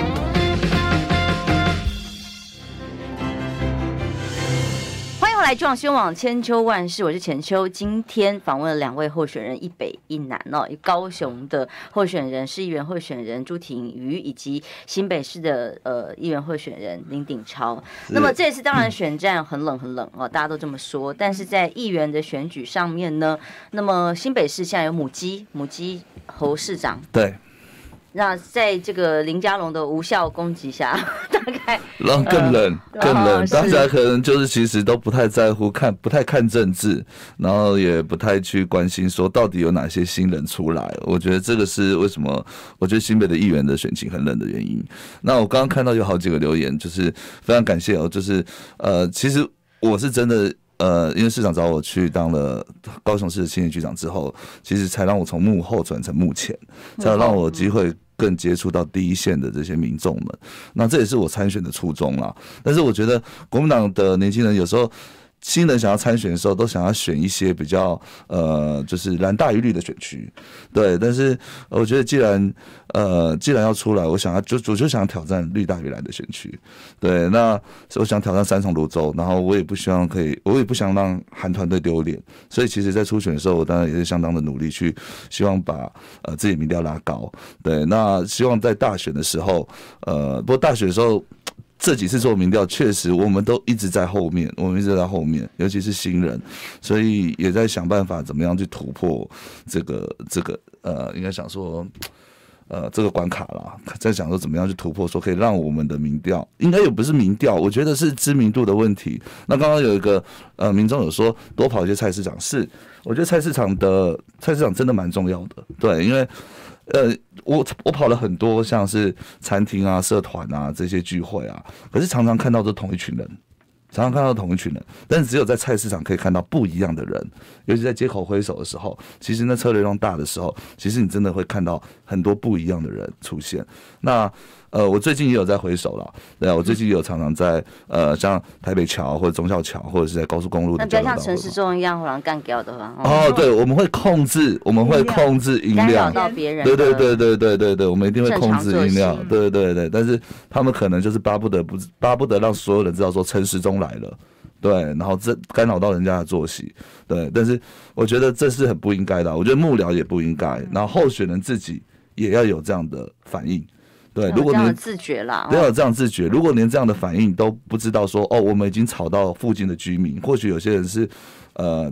来中广新闻网千秋万世，我是浅秋。今天访问了两位候选人，一北一南哦。高雄的候选人市议员候选人朱挺瑜，以及新北市的呃议员候选人林鼎超。那么这次当然选战很冷很冷哦，大家都这么说。但是在议员的选举上面呢，那么新北市现在有母鸡母鸡侯市长。 对。 那在这个林佳龙的无效攻击下，大概然后更冷、呃、更冷、哦，大家可能就是其实都不太在乎看，不太看政治，然后也不太去关心说到底有哪些新人出来。我觉得这个是为什么我觉得新北的议员的选情很冷的原因。那我刚刚看到有好几个留言，就是非常感谢哦，就是呃，其实我是真的。呃，因为市长找我去当了高雄市的青年局长之后，其实才让我从幕后转成幕前，才有让我有机会更接触到第一线的这些民众们。那这也是我参选的初衷啦。但是我觉得国民党的年轻人有时候。新人想要参选的时候，都想要选一些比较呃，就是蓝大于绿的选区，对。但是我觉得，既然呃，既然要出来，我想要就我就想挑战绿大于蓝的选区，对。那我想挑战三重泸州，然后我也不希望可以，我也不想让韩团队丢脸，所以其实，在初选的时候，我当然也是相当的努力去，希望把呃自己民调拉高，对。那希望在大选的时候，呃，不过大选的时候。这几次做民调，确实我们都一直在后面，我们一直在后面，尤其是新人，所以也在想办法怎么样去突破这个这个呃，应该想说呃这个关卡啦，在想说怎么样去突破，说可以让我们的民调，应该也不是民调，我觉得是知名度的问题。那刚刚有一个呃民众有说多跑一些菜市场，是我觉得菜市场的菜市场真的蛮重要的，对，因为。呃，我我跑了很多像是餐厅啊、社团啊这些聚会啊，可是常常看到都同一群人，常常看到同一群人，但是只有在菜市场可以看到不一样的人，尤其在街口挥手的时候，其实那车流量大的时候，其实你真的会看到很多不一样的人出现。那呃，我最近也有在回首了，对啊，我最近也有常常在呃，像台北桥或者忠孝桥，或者是在高速公路的交流道。那不要像陈时中一样，忽然干掉的话。 哦，对，我们会控制，我们会控制音量， 干扰到别人。 对对对对对对对，我们一定会控制音量。对对对对，但是他们可能就是巴不得不巴不得让所有人知道说陈时中来了。对，然后这干扰到人家的作息，对，但是我觉得这是很不应该的，我觉得幕僚也不应该，然后候选人自己也要有这样的反应。对，如果连自觉啦， 不要有这样自觉。如果连这样的反应都不知道说，哦，我们已经吵到附近的居民，或许有些人是，呃，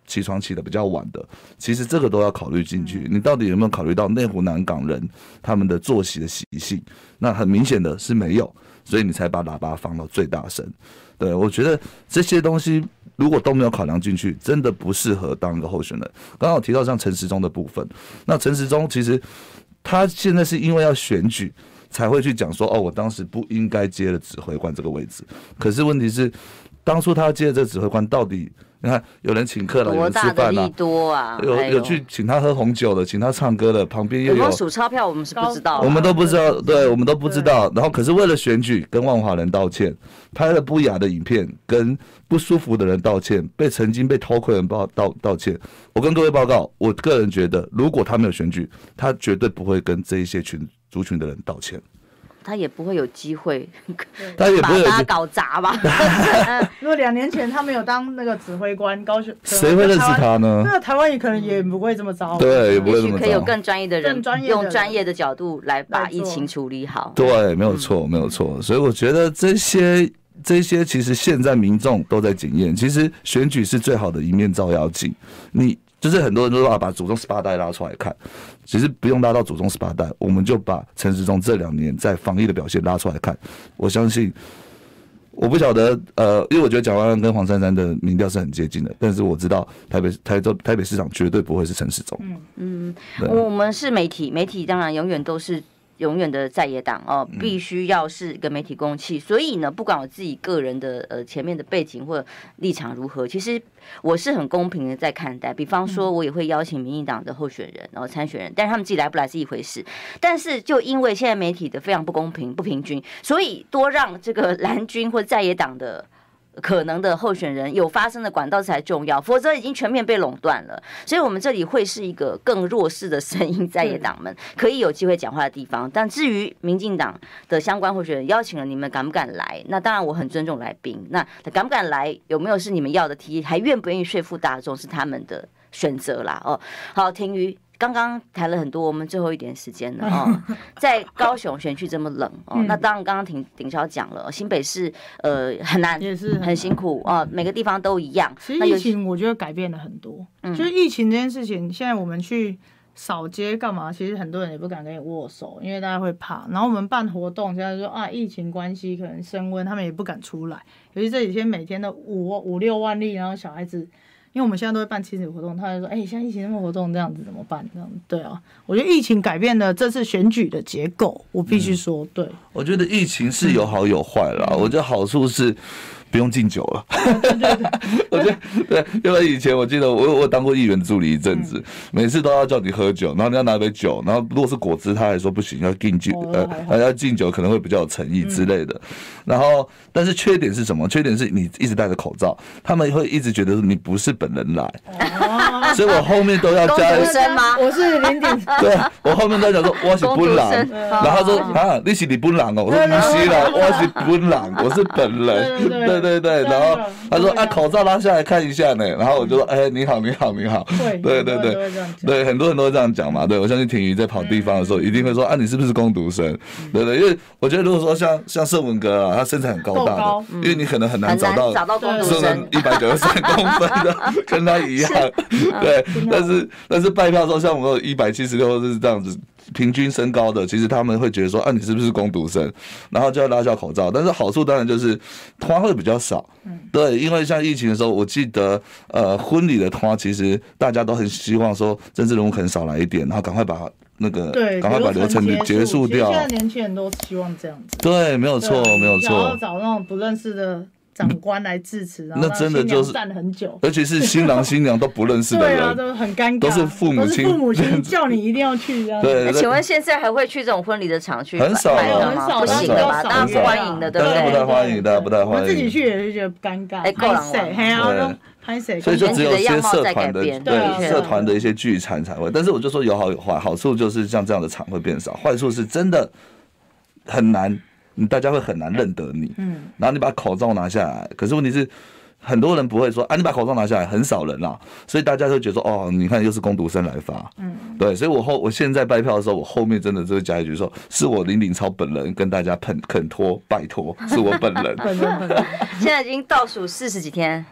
起床起的比较晚的，其实这个都要考虑进去。你到底有没有考虑到内湖南港人他们的作息的习性？那很明显的是没有，所以你才把喇叭放到最大声。对，我觉得这些东西如果都没有考量进去，真的不适合当一个候选人。刚刚我提到像陈时中的部分，那陈时中其实他现在是因为要选举才会去讲说，哦，我当时不应该接了指挥官这个位置。可是问题是，当初他接了这个指挥官，到底你看有人请客了，有人吃饭了， 多啊， 有有去请他喝红酒的，请他唱歌的，旁边又有有没有数钞票，我们是不知道， 我们都不知道，对，我们都不知道。然后可是为了选举，跟万华人道歉，拍了不雅的影片，跟不舒服的人道歉，被曾经被偷窥的人道道道歉。我跟各位报告，我个人觉得，如果他没有选举，他绝对不会跟这一些群族群的人道歉。 他也不会有机会， 他也不会有把大家搞砸吧？ 如果两年前他没有当那个指挥官，高雄谁会认识他呢？ 那台湾也可能也不会这么糟。 对，也不会这么糟。 也许可以有更专业的人， 更专业的人用专业的角度来把疫情处理好。 对，没有错，没有错。所以我觉得这些。这些其实现在民众都在检验，其实选举是最好的一面照妖镜。你就是很多人都说把祖宗十八代拉出来看，其实不用拉到祖宗十八代，我们就把陈时中这两年在防疫的表现拉出来看。我相信，我不晓得，呃，因为我觉得蒋万安跟黄珊珊的民调是很接近的，但是我知道台北台州台北市长绝对不会是陈时中。 嗯嗯，我们是媒体，媒体当然永远都是。永远的在野党哦，必须要是一个媒体公器，所以呢，不管我自己个人的呃前面的背景或立场如何，其实我是很公平的在看待。比方说，我也会邀请民进党的候选人，然后参选人，但是他们自己来不来是一回事。但是就因为现在媒体的非常不公平、不平均，所以多让这个蓝军或在野党的。可能的候选人有发声的管道才重要，否则已经全面被垄断了。所以我们这里会是一个更弱势的声音，在野党们可以有机会讲话的地方。但至于民进党的相关候选人邀请了你们，敢不敢来？那当然我很尊重来宾，那敢不敢来，有没有是你们要的题，还愿不愿意说服大众，是他们的选择啦。哦，好，庭瑜。刚刚谈了很多，我们最后一点时间了哦。在高雄选区这么冷哦，嗯、那当然刚刚鼎鼎超讲了，新北市呃很难， 也是 很, 很辛苦哦，每个地方都一样。 其实疫情我觉得改变了很多，嗯、就是疫情这件事情，现在我们去扫街干嘛？其实很多人也不敢跟你握手，因为大家会怕。然后我们办活动，现在说啊，疫情关系可能升温，他们也不敢出来。尤其这几天每天都五五六万例，然后小孩子。因为我们现在都会办亲子活动，他就说：“哎、欸，现在疫情那么活动，这样子怎么办？这样对啊，我觉得疫情改变了这次选举的结构，我必须说，对。 我觉得疫情是有好有坏啦，嗯、我觉得好处是。不用敬酒了， 对对对， 我觉得对，因为以前我记得我我当过议员助理一阵子，嗯、每次都要叫你喝酒，然后你要拿杯酒，然后如果是果汁，他还说不行，要敬酒，哦、呃，要敬酒可能会比较有诚意之类的。嗯、然后，但是缺点是什么？缺点是你一直戴着口罩，他们会一直觉得你不是本人来，哦、所以我后面都要加公主生吗？ 我是零点， 对，我后面都讲说我是本人，然后他说啊，你是你本人哦，我说不是啦，我是本人，我是本人，对。对对，然后他说啊，口罩拉下来看一下呢，然后我就说，哎，你好，你好，你好，对对对对，很多人都会这样讲嘛，对我相信庭瑜在跑地方的时候，一定会说啊，你是不是工读生？对对，因为我觉得如果说像像盛文哥啊，他身材很高大的，因为你可能很难找到找到工读生一百九十三公分的跟他一样，对，但是但是拜票的时候，像我们一百七十六是这样子。平均身高的，其实他们会觉得说，啊，你是不是工读生？然后就要拉下口罩。但是好处当然就是团会比较少，嗯、对，因为像疫情的时候，我记得呃婚礼的团，其实大家都很希望说政治人物可能少来一点，然后赶快把那个赶快把流程结束掉。 现在年轻人都希望这样子。 对，没有错，没有错。 然后找那种不认识的。长官来致辞，然后那真的就是站了很久， 而且是新郎新娘都不认识的人， 对啊，都很尴尬， 都是父母亲， 父母亲叫你一定要去这样。 对， 那请问现在还会去这种婚礼的场去？ 很少了， 很少，不行的吧？大家不欢迎的，对不对？ 不太欢迎，大家不太欢迎。 我自己去也是觉得尴尬， 哎，够了， 对。拍谁？ 所以就只有一些社团的对社团的一些聚餐才会，但是我就说有好有坏，好处就是像这样的场会变少，坏处是真的很难。你大家会很难认得你，嗯，然后你把口罩拿下来，可是问题是很多人不会说啊，你把口罩拿下来，很少人啦，所以大家就觉得说哦，你看又是工读生来发，嗯，对，所以我后我现在拜票的时候，我后面真的就会加一句说，是我林鼎超本人跟大家恳恳托拜托，是我本人， 本人本人， 现在已经倒数四十几天，嗯。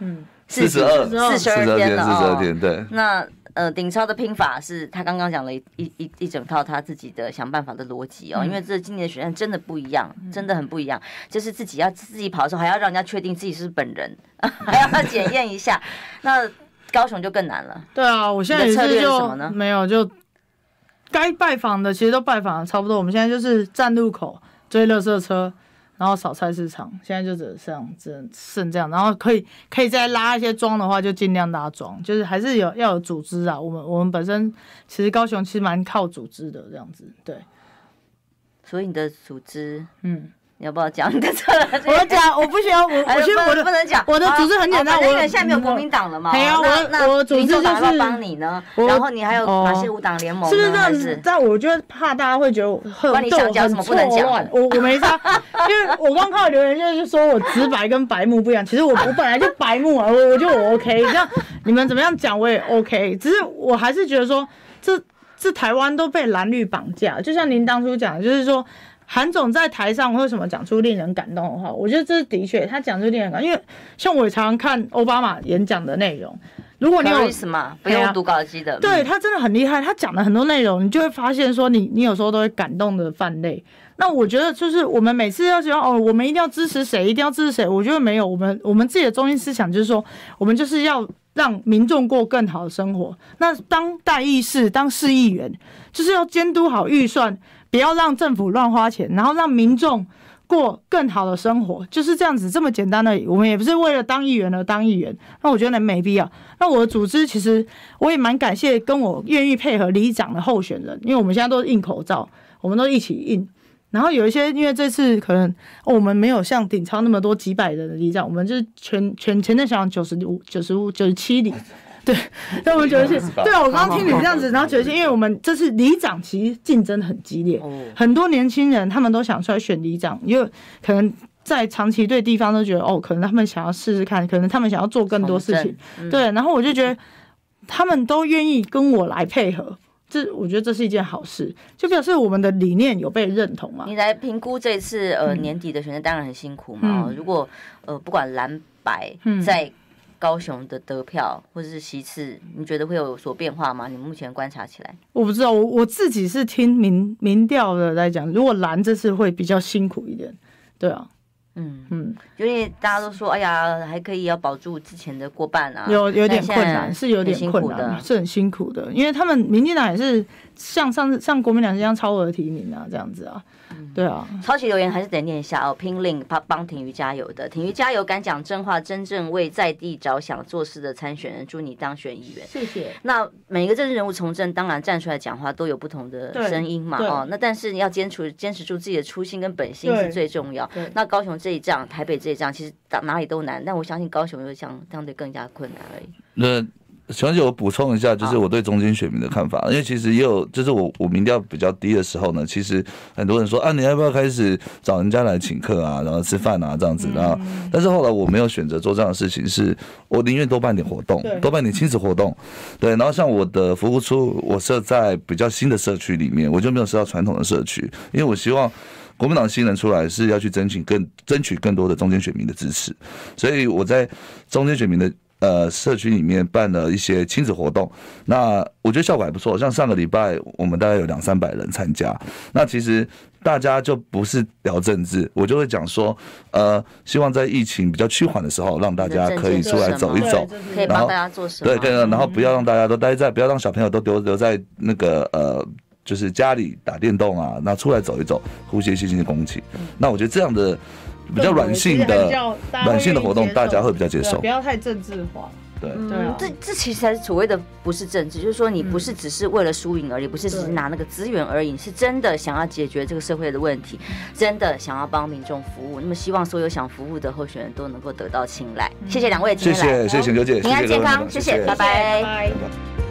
四十二四十二天了四十二天， 哦。 对。 那呃，鼎超的拼法是他刚刚讲了一一一整套他自己的想办法的逻辑哦，嗯、因为这今年的选战真的不一样，真的很不一样，就是自己要自己跑的时候，还要让人家确定自己是本人，还要检验一下。那高雄就更难了。 对啊，我现在也策略是就什么呢？ 没有，就该拜访的其实都拜访的差不多。我们现在就是站路口追垃圾车，然后扫菜市场，现在就只剩只剩这样。然后可以可以再拉一些桩的话，就尽量拉桩，就是还是有要有组织啊。我们我们本身其实高雄其实蛮靠组织的这样子，对。 所以你的组织， 嗯。 你要不要讲你的策略？ 我讲，我不行，我我觉得我的不能讲。 我的组织很简单，我因为现在没有国民党了嘛。 对啊，我我组织就是帮你呢。然后你还有哪些五党联盟？ 是不是这样子？但我觉得怕大家会觉得我很对我很错乱。我我没差，因为我刚看到留言就是说我直白跟白目不一样。其实我我本来就白目啊，我我觉得我 OK。这样你们怎么样讲我也 OK， 只是我还是觉得说这这台湾都被蓝绿绑架，就像您当初讲的，就是说。韩总在台上为什么讲出令人感动的话？我觉得这是的确，他讲出令人感动，因为像我也常常看奥巴马演讲的内容，如果你有什么不用读稿机的， 对他真的很厉害，他讲了很多内容，你就会发现说你你有时候都会感动的泛泪。那我觉得就是我们每次要说哦，我们一定要支持谁，一定要支持谁，我觉得没有，我们我们自己的中心思想就是说，我们就是要让民众过更好的生活。那当代议士、当市议员，就是要监督好预算。不要让政府乱花钱，然后让民众过更好的生活，就是这样子，这么简单而已。我们也不是为了当议员而当议员，那我觉得没必要。那我的组织其实我也蛮感谢跟我愿意配合里长的候选人，因为我们现在都是印口罩，我们都一起印。然后有一些，因为这次可能、哦、我们没有像鼎超那么多几百人的里长，我们就是全全前面想九十五、九十五、九十七里。对，但我们觉得是，对啊，我刚刚听你这样子，然后觉得是，因为我们这次里长其实竞争很激烈，很多年轻人他们都想出来选里长，因为可能在长期对地方都觉得哦，可能他们想要试试看，可能他们想要做更多事情，对，然后我就觉得他们都愿意跟我来配合。这我觉得这是一件好事，就表示我们的理念有被认同嘛。 你来评估这次呃年底的选择，当然很辛苦嘛。嗯、如果呃不管蓝白在高雄的得票或者是席次，你觉得会有所变化吗？你目前观察起来， 我不知道，我我自己是听民民调的来讲，如果蓝这次会比较辛苦一点，对啊。 嗯嗯，因为大家都说，哎呀，还可以要保住之前的过半啊， 有有点困难，是有点困难的，是很辛苦的，因为他们民进党也是像上次像国民党一样超额提名啊，这样子啊，嗯、对啊。 抄袭留言还是得念一下哦，拼令帮帮挺瑜加油的，挺瑜加油，敢讲真话，真正为在地着想做事的参选人，祝你当选议员， 谢谢。 那每一个政治人物从政，当然站出来讲话都有不同的声音嘛，哦，那但是你要坚持坚持住自己的初心跟本心是最重要。那高雄这一仗，台北这一仗，其实哪里都难，但我相信高雄又相相对更加困难而已。 那小姐，我补充一下，就是我对中间选民的看法，因为其实也有，就是我我民调比较低的时候呢，其实很多人说啊，你要不要开始找人家来请客啊，然后吃饭啊这样子，然后，但是后来我没有选择做这样的事情，是我宁愿多办点活动，多办点亲子活动，对，然后像我的服务处，我设在比较新的社区里面，我就没有设到传统的社区，因为我希望国民党新人出来是要去争取更争取更多的中间选民的支持，所以我在中间选民的呃社区里面办了一些亲子活动，那我觉得效果还不错。像上个礼拜我们大概有两三百人参加，那其实大家就不是聊政治，我就会讲说，呃，希望在疫情比较趋缓的时候，让大家可以出来走一走， 可以帮大家做什么？ 对，对，然后不要让大家都待在，不要让小朋友都留留在那个呃。就是家里打电动啊，那出来走一走，呼吸新鲜的空气。那我觉得这样的比较软性的软性的活动，大家会比较接受， 不要太政治化。 对， 对啊，这这其实才是所谓的不是政治，就是说你不是只是为了输赢而已，不是只是拿那个资源而已，是真的想要解决这个社会的问题，真的想要帮民众服务。那么希望所有想服务的候选人都能够得到青睐。谢谢两位今天来， 谢谢谢谢刘姐， 平安健康，谢谢，拜拜。 拜拜。